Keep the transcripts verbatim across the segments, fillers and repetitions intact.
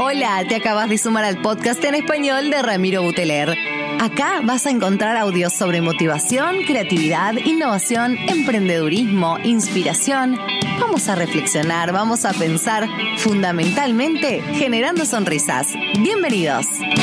Hola, te acabas de sumar al podcast en español de Ramiro Buteler. Acá vas a encontrar audios sobre motivación, creatividad, innovación, emprendedurismo, inspiración. Vamos a reflexionar, vamos a pensar, fundamentalmente generando sonrisas. Bienvenidos.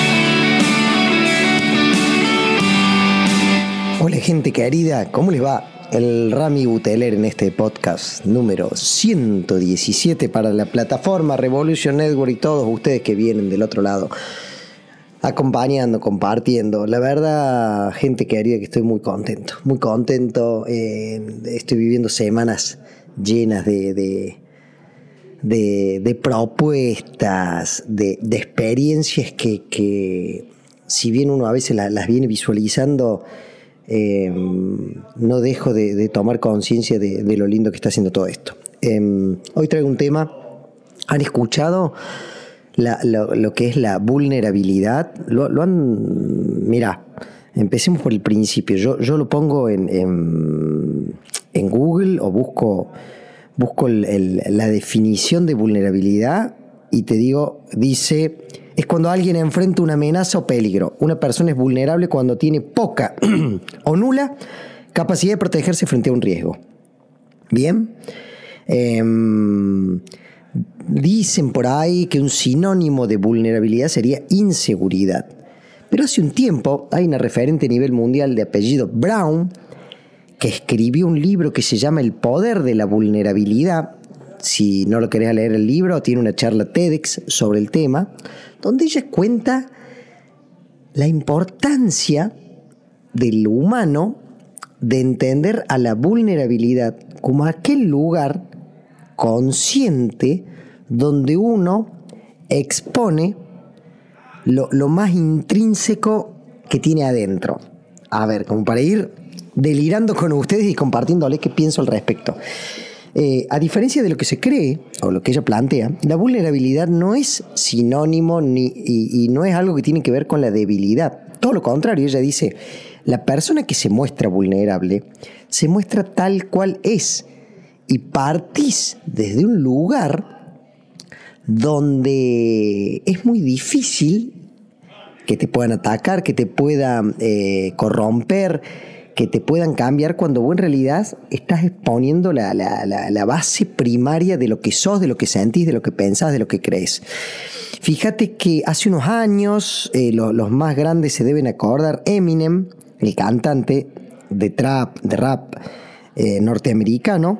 Hola gente querida, ¿cómo les va? El Rami Buteler en este podcast número ciento diecisiete para la plataforma Revolution Network y todos ustedes que vienen del otro lado acompañando, compartiendo. La verdad, gente querida, que estoy muy contento, muy contento. Eh, estoy viviendo semanas llenas de, de, de, de propuestas, de, de experiencias que, que si bien uno a veces las, las viene visualizando, Eh, no dejo de, de tomar conciencia de, de lo lindo que está haciendo todo esto. Eh, hoy traigo un tema. ¿Han escuchado la, lo, lo que es la vulnerabilidad? Lo, lo han... Mirá, empecemos por el principio. Yo, yo lo pongo en, en, en Google o busco, busco el, el, la definición de vulnerabilidad y te digo, dice... Es cuando alguien enfrenta una amenaza o peligro. Una persona es vulnerable cuando tiene poca o nula capacidad de protegerse frente a un riesgo. Bien. Eh, dicen por ahí que un sinónimo de vulnerabilidad sería inseguridad. Pero hace un tiempo hay una referente a nivel mundial de apellido Brown que escribió un libro que se llama El poder de la vulnerabilidad. Si no lo querés leer el libro, tiene una charla TEDx sobre el tema, donde ella cuenta la importancia del humano de entender a la vulnerabilidad como aquel lugar consciente donde uno expone lo, lo más intrínseco que tiene adentro. A ver, como para ir delirando con ustedes y compartiéndoles qué pienso al respecto. Eh, a diferencia de lo que se cree, o lo que ella plantea, la vulnerabilidad no es sinónimo ni, y, y no es algo que tiene que ver con la debilidad. Todo lo contrario, ella dice, la persona que se muestra vulnerable se muestra tal cual es y partís desde un lugar donde es muy difícil que te puedan atacar, que te puedan eh, corromper, que te puedan cambiar, cuando vos en realidad estás exponiendo la, la, la, la base primaria de lo que sos, de lo que sentís, de lo que pensás, de lo que crees. Fíjate que hace unos años, eh, lo, los más grandes se deben acordar, Eminem, el cantante de trap, de rap eh, norteamericano,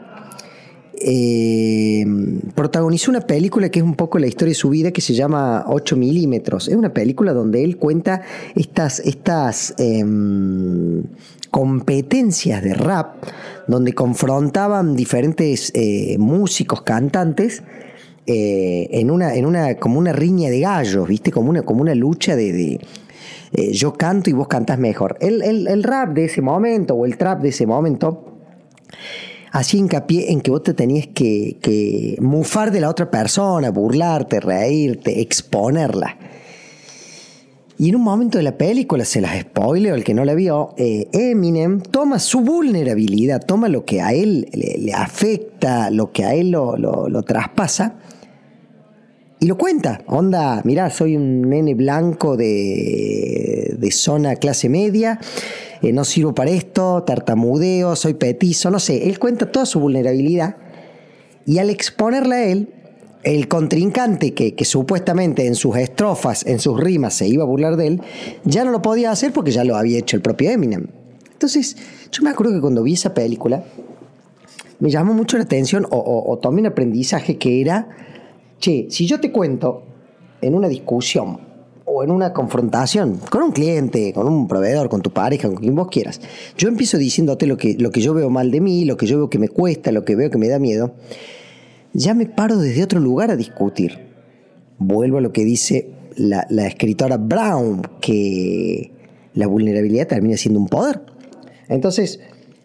eh, protagonizó una película que es un poco la historia de su vida, que se llama ocho milímetros. Es una película donde él cuenta estas... estas eh, competencias de rap, donde confrontaban diferentes eh, músicos, cantantes, eh, en una, en una, como una riña de gallos, ¿viste? Como una, como una lucha de, de eh, yo canto y vos cantás mejor. El, el, el rap de ese momento, o el trap de ese momento, hacía hincapié en que vos te tenías que, que mufar de la otra persona, burlarte, reírte, exponerla. Y en un momento de la película, se las spoileo el que no la vio, eh, Eminem toma su vulnerabilidad, toma lo que a él le, le afecta, lo que a él lo, lo, lo traspasa, y lo cuenta. Onda, mirá, soy un nene blanco de, de zona clase media, eh, no sirvo para esto, tartamudeo, soy petizo, no sé. Él cuenta toda su vulnerabilidad, y al exponerla a él, el contrincante que, que supuestamente en sus estrofas, en sus rimas se iba a burlar de él, ya no lo podía hacer porque ya lo había hecho el propio Eminem. Entonces, yo me acuerdo que cuando vi esa película, me llamó mucho la atención, o, o, o tomé un aprendizaje que era, che, si yo te cuento en una discusión o en una confrontación con un cliente, con un proveedor, con tu pareja, con quien vos quieras, yo empiezo diciéndote lo que, lo que yo veo mal de mí, lo que yo veo que me cuesta, lo que veo que me da miedo, ya me paro desde otro lugar a discutir. Vuelvo a lo que dice la, la escritora Brown, que la vulnerabilidad termina siendo un poder. Entonces,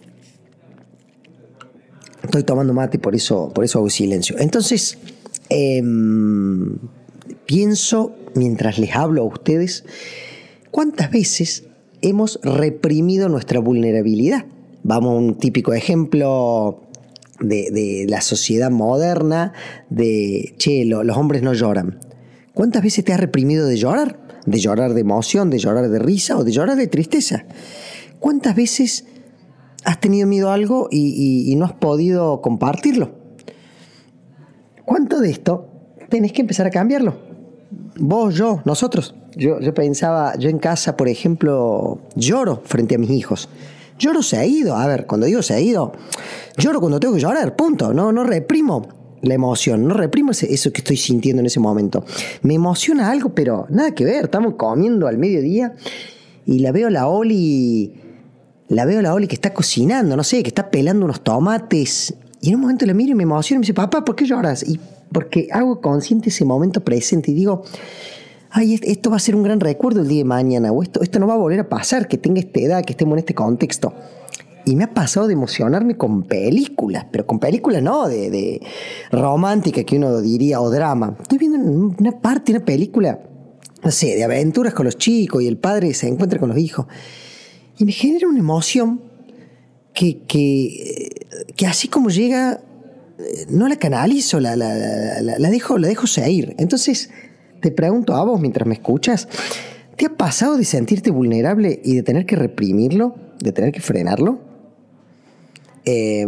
estoy tomando mate, por eso, por eso hago silencio. Entonces, eh, pienso, mientras les hablo a ustedes, ¿cuántas veces hemos reprimido nuestra vulnerabilidad? Vamos a un típico ejemplo de, de la sociedad moderna, de, che, lo, los hombres no lloran. ¿Cuántas veces te has reprimido de llorar? De llorar de emoción, de llorar de risa o de llorar de tristeza. ¿Cuántas veces has tenido miedo a algo y, y, y no has podido compartirlo? ¿Cuánto de esto tenés que empezar a cambiarlo? Vos, yo, nosotros. Yo, yo pensaba, yo en casa, por ejemplo, lloro frente a mis hijos. Lloro seguido. A ver, cuando digo seguido, lloro cuando tengo que llorar, punto. No, no reprimo la emoción, no reprimo ese, eso que estoy sintiendo en ese momento. Me emociona algo, pero nada que ver. Estamos comiendo al mediodía y la veo a la Oli, la veo a la Oli que está cocinando, no sé, que está pelando unos tomates. Y en un momento la miro y me emociona y me dice, papá, ¿por qué lloras? Y porque hago consciente ese momento presente y digo, ay, esto va a ser un gran recuerdo el día de mañana, o esto, esto no va a volver a pasar, que tenga esta edad, que estemos en este contexto. Y me ha pasado de emocionarme con películas, pero con películas no de, de romántica que uno diría, o drama. Estoy viendo una parte de una película, no sé, de aventuras con los chicos y el padre se encuentra con los hijos. Y me genera una emoción que, que, que así como llega, no la canalizo, la, la, la, la, dejo, la dejo seguir. Entonces, te pregunto a vos mientras me escuchas, ¿te ha pasado de sentirte vulnerable y de tener que reprimirlo, de tener que frenarlo? Eh,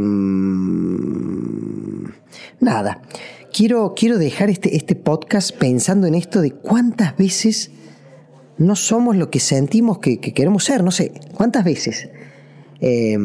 nada, quiero, quiero dejar este, este podcast pensando en esto de cuántas veces no somos lo que sentimos que, que queremos ser, no sé, cuántas veces. Eh,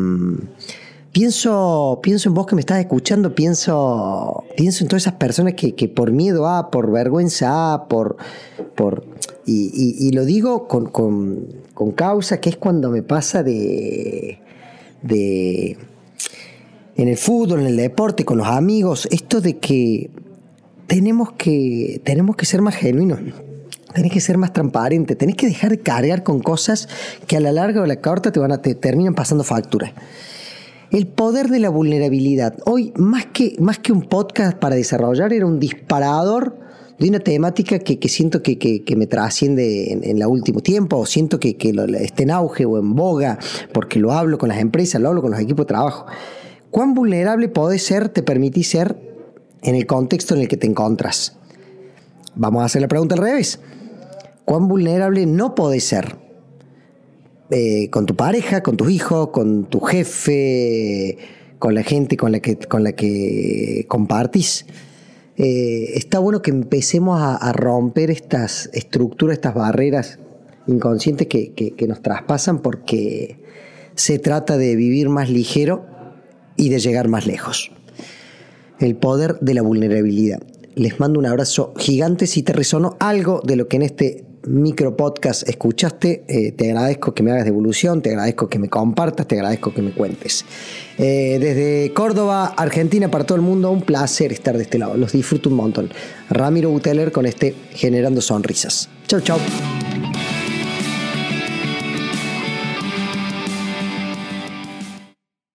pienso, pienso en vos que me estás escuchando, pienso, pienso en todas esas personas que, que por miedo a, por vergüenza a, por, por y, y, y lo digo con, con, con causa, que es cuando me pasa de de en el fútbol, en el deporte, con los amigos, esto de que tenemos que tenemos que ser más genuinos, tenés que ser más transparente, tenés que dejar de cargar con cosas que a la larga o a la corta te van a te terminan pasando factura. El poder de la vulnerabilidad. Hoy, más que, más que un podcast para desarrollar, era un disparador de una temática que, que siento que, que, que me trasciende en, en el último tiempo, o siento que, que lo, esté en auge o en boga, porque lo hablo con las empresas, lo hablo con los equipos de trabajo. ¿Cuán vulnerable podés ser, te permitís ser en el contexto en el que te encontras? Vamos a hacer la pregunta al revés. ¿Cuán vulnerable no podés ser? Eh, con tu pareja, con tus hijos, con tu jefe, con la gente con la que, con la que compartís. Eh, está bueno que empecemos a, a romper estas estructuras, estas barreras inconscientes que, que, que nos traspasan, porque se trata de vivir más ligero y de llegar más lejos. El poder de la vulnerabilidad. Les mando un abrazo gigante. Si te resonó algo de lo que en este micro podcast escuchaste, eh, te agradezco que me hagas devolución, te agradezco que me compartas, te agradezco que me cuentes. Eh, desde Córdoba, Argentina, para todo el mundo, un placer estar de este lado. Los disfruto un montón. Ramiro Buteler con este Generando Sonrisas. Chau, chau.